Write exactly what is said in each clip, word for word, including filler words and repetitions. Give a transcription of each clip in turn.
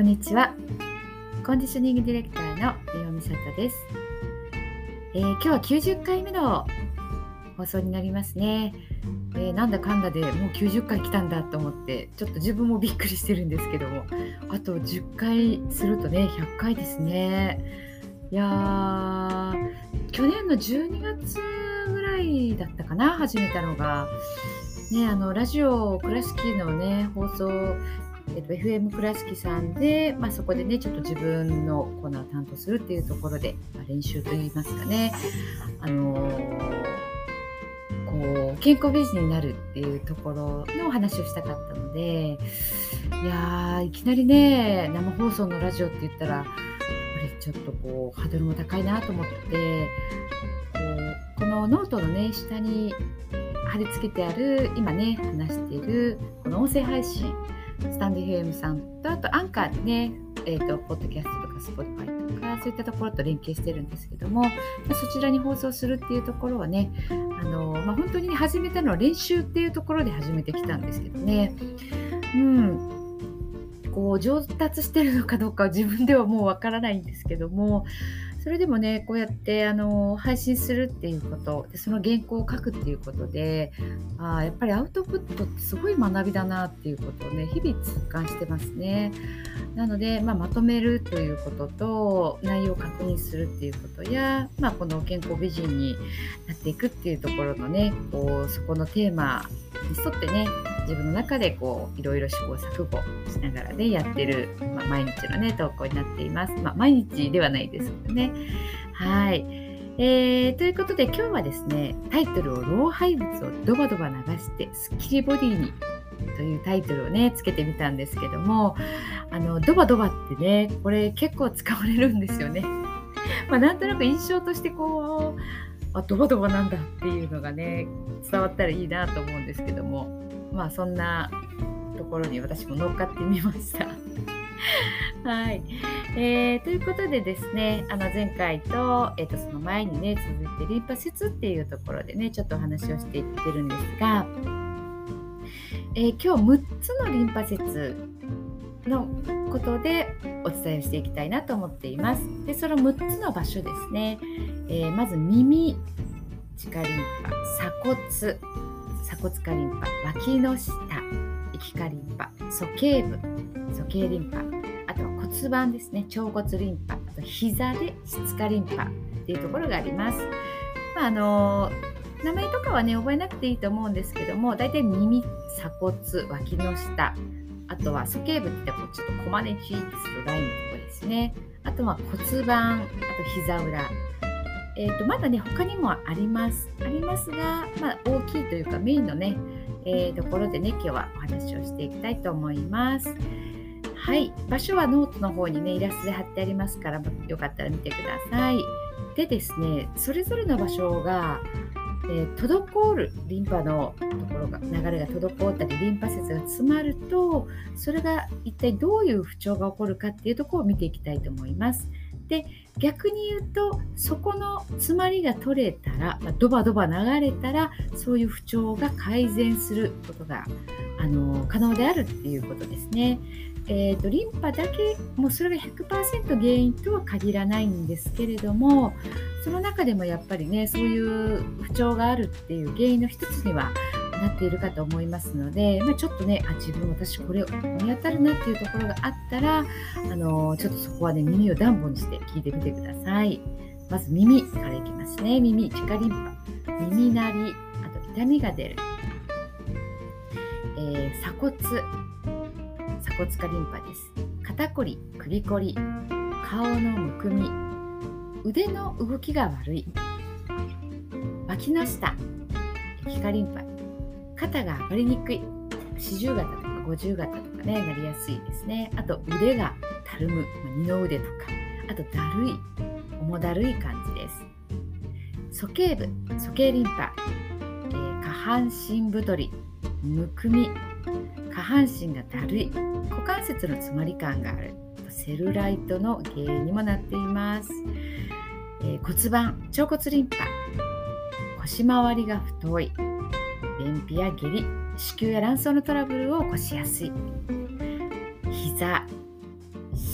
にちは。コンディショニングディレクターの三輪美里です。えー、今日はきゅうじゅっかいめの放送になりますね。えー、なんだかんだでもうきゅうじゅっかい来たんだと思ってちょっと自分もびっくりしてるんですけども、あとじゅっかいするとねひゃっかいですね。いやー、去年のじゅうにがつぐらいだったかな、始めたのがね、あのラジオ倉敷のね放送、えっと、エフエム 倉敷さんで、まあ、そこでねちょっと自分のコーナーを担当するっていうところで、まあ、練習といいますかね、あのー、こう健康美人になるっていうところのお話をしたかったので、いやーいきなりね生放送のラジオって言ったらやっぱりちょっとこうハードルも高いなと思って、こうこのノートのね下に貼り付けてある今ね話しているこの音声配信、スタンド エフエム さんとあとアンカーでね、えーと、ポッドキャストとかスポティファイとかそういったところと連携してるんですけども、まあ、そちらに放送するっていうところはね、あのーまあ、本当に、ね、始めたのは練習っていうところで始めてきたんですけどね、うん、こう上達してるのかどうかは自分ではもうわからないんですけども、それでもねこうやってあの配信するっていうことで、その原稿を書くっていうことで、あやっぱりアウトプットってすごい学びだなっていうことをね日々痛感してますね。なので、まあ、まとめるということと内容を確認するっていうことや、まあ、この健康美人になっていくっていうところのねこうそこのテーマに沿ってね自分の中でこういろいろ試行錯誤しながらねやってる、まあ、毎日のね投稿になっています。まあ、毎日ではないですけどね。はい、えー、ということで今日はですねタイトルを老廃物をドバドバ流してスッキリボディにというタイトルをねつけてみたんですけども、あのドバドバってねこれ結構使われるんですよね。まあ、なんとなく印象としてこうあドバドバなんだっていうのがね伝わったらいいなと思うんですけども、まあそんなところに私も乗っかってみました。はい、えー、ということでですね、あの前回と、えー、とその前にね続いてリンパ節っていうところでねちょっとお話をしていってるんですが、えー、今日むっつのリンパ節のことでお伝えしていきたいなと思っています。でそのむっつの場所ですね、えー、まず耳、地下リンパ、鎖骨、鎖骨下リンパ、脇の下、液下リンパ、鼠径部、鼠径リンパ、あとは骨盤ですね、腸骨リンパ、あと膝で質下リンパっていうところがあります。まああのー、名前とかはね覚えなくていいと思うんですけども、だいたい耳、鎖骨、脇の下、あとは鼠径部ってこうちょっとコマネチーってするラインのところですね。あとは骨盤、あと膝裏、えー、とまだね他にもありますありますが、まあ、大きいというかメインのね、えー、ところでね今日はお話をしていきたいと思います。はい、場所はノートの方にねイラストで貼ってありますから、よかったら見てください。でですね、それぞれの場所が、えー、滞るリンパのところが流れが滞ったりリンパ節が詰まると、それが一体どういう不調が起こるかっていうところを見ていきたいと思います。で逆に言うとそこの詰まりが取れたら、まあ、ドバドバ流れたらそういう不調が改善することがあの可能であるっていうことですね。えーと、リンパだけもうそれが ひゃくパーセント 原因とは限らないんですけれども、その中でもやっぱりねそういう不調があるっていう原因の一つにはなっているかと思いますので、まあ、ちょっとねあ自分私これ見当たるなっていうところがあったら、あのちょっとそこはね耳をダンボにして聞いてみてください。まず耳からいきますね。耳、地下リンパ、耳鳴り、あと痛みが出る、えー、鎖骨、鎖骨下リンパです。肩こり、首こり、顔のむくみ、腕の動きが悪い、脇の下、液下リンパ、肩が上がりにくい、四十肩とか五十肩とかねなりやすいですね。あと腕がたるむ、二の腕とか、あとだるい、重だるい感じです。鼠径部、鼠径リンパ、えー、下半身太り、むくみ、下半身がだるい、股関節の詰まり感がある、セルライトの原因にもなっています。えー、骨盤、腸骨リンパ、腰回りが太い、便秘や下痢、子宮や卵巣のトラブルを起こしやすい、膝、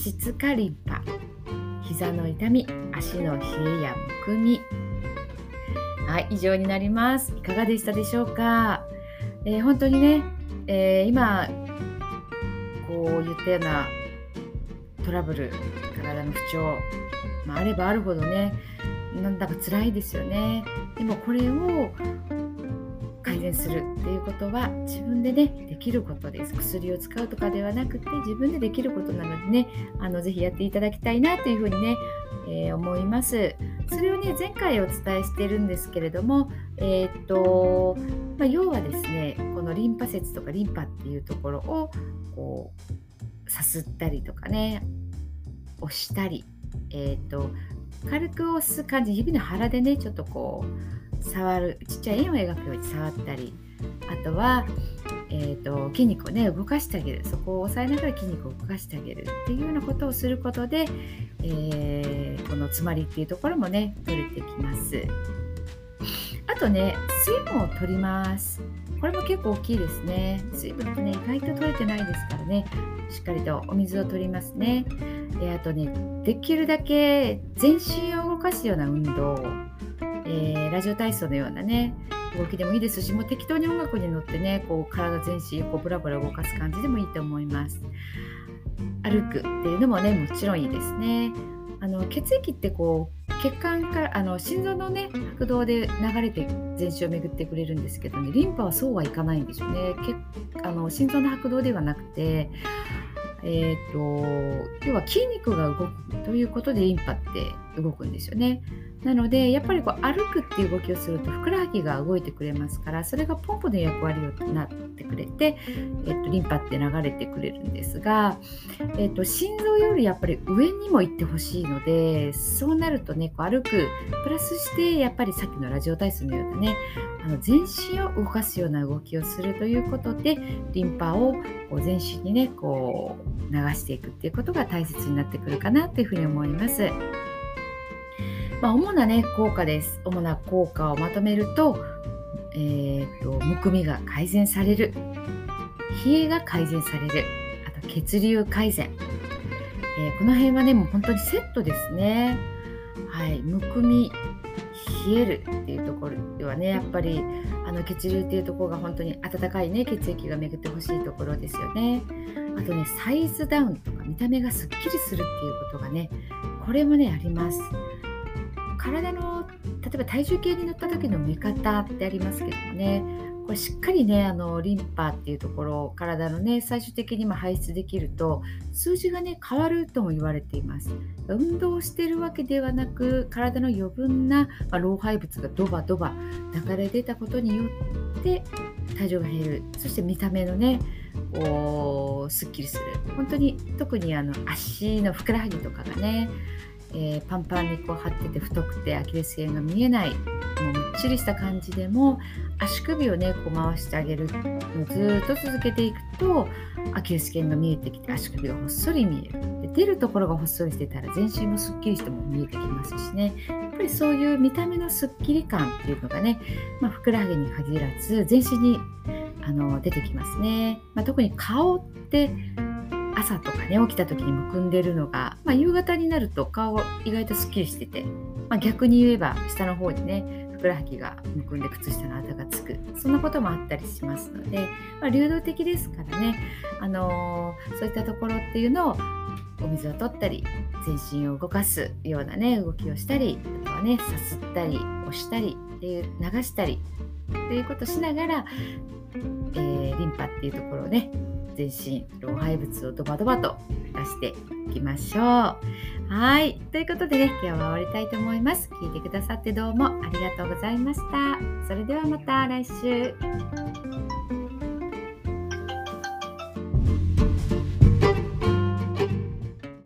質化リンパ、膝の痛み、足の冷えやむくみ。はい、以上になります。いかがでしたでしょうか。えー、本当にね、えー、今こう言ったようなトラブル、体の不調、まあ、あればあるほどね、なんだか辛いですよね。でもこれを改善するっていうことは自分でねできることです。薬を使うとかではなくて自分でできることなのでね、あのぜひやっていただきたいなというふうにね、えー、思います。それをね前回お伝えしてるんですけれども、えーっとまあ、要はですね、このリンパ節とかリンパっていうところをこうさすったりとかね、押したり、えーっと軽く押す感じ、指の腹でねちょっとこう触る、ちっちゃい円を描くように触ったり、あとは、えーと、筋肉をね動かしてあげる、そこを押さえながら筋肉を動かしてあげるっていうようなことをすることで、えー、この詰まりっていうところもね取れてきます。あとね、水分を取ります。これも結構大きいですね。水分ってね意外と取れてないですからね、しっかりとお水を取りますね。であとね、できるだけ全身を動かすような運動、えー、ラジオ体操のようなね動きでもいいですし、もう適当に音楽に乗ってねこう体全身こうブラブラ動かす感じでもいいと思います。歩くっていうのもねもちろんいいですね。あの血液ってこう血管からあの心臓のね拍動で流れて全身を巡ってくれるんですけどね、リンパはそうはいかないんですよね。あの心臓の拍動ではなくて、えーと、要は筋肉が動くということでリンパって動くんですよね。なのでやっぱりこう歩くっていう動きをするとふくらはぎが動いてくれますから、それがポンプの役割をなってくれて、えっと、リンパって流れてくれるんですが、えっと、心臓よりやっぱり上にも行ってほしいので、そうなるとねこう歩くプラスしてやっぱりさっきのラジオ体操のようなね、あの全身を動かすような動きをするということでリンパをこう全身にねこう流していくっていうことが大切になってくるかなというふうに思います。まあ、主なね効果です。主な効果をまとめると、えーと、むくみが改善される、冷えが改善される、あと血流改善、えー、この辺はねもう本当にセットですね。はい、むくみ、冷えるっていうところではね、やっぱりあの血流っていうところが本当に温かいね血液が巡ってほしいところですよね。あとね、サイズダウンとか見た目がすっきりするっていうことがね、これもねあります。体の例えば体重計に乗った時の見方ってありますけどもね、これしっかりねあのリンパっていうところを体のね最終的にも排出できると数字がね変わるとも言われています。運動しているわけではなく、体の余分な、まあ、老廃物がドバドバ流れ出たことによって体重が減る、そして見た目のねこうすっきりする。本当に特にあの足のふくらはぎとかがね、えー、パンパンにこう張ってて太くてアキレス腱が見えない、もうむっちりした感じでも足首をねこう回してあげるのをずっと続けていくとアキレス腱が見えてきて足首がほっそり見える。で出るところがほっそりしてたら全身もすっきりしても見えてきますしね、やっぱりそういう見た目のすっきり感っていうのがね、まあ、ふくらはぎに限らず全身にあの出てきますね。まあ、特に顔って朝とかね起きた時にむくんでるのが、まあ、夕方になると顔意外とすっきりしてて、まあ、逆に言えば下の方にねふくらはぎがむくんで靴下のあざがつく、そんなこともあったりしますので、まあ、流動的ですからね、あのー、そういったところっていうのをお水を取ったり全身を動かすようなね動きをしたり、あとはねさすったり押したりっていう流したりっていうことをしながら、えー、リンパっていうところをね全身老廃物をドバドバと出していきましょう。はい、ということでね今日は終わりたいと思います。聞いてくださってどうもありがとうございました。それではまた来週。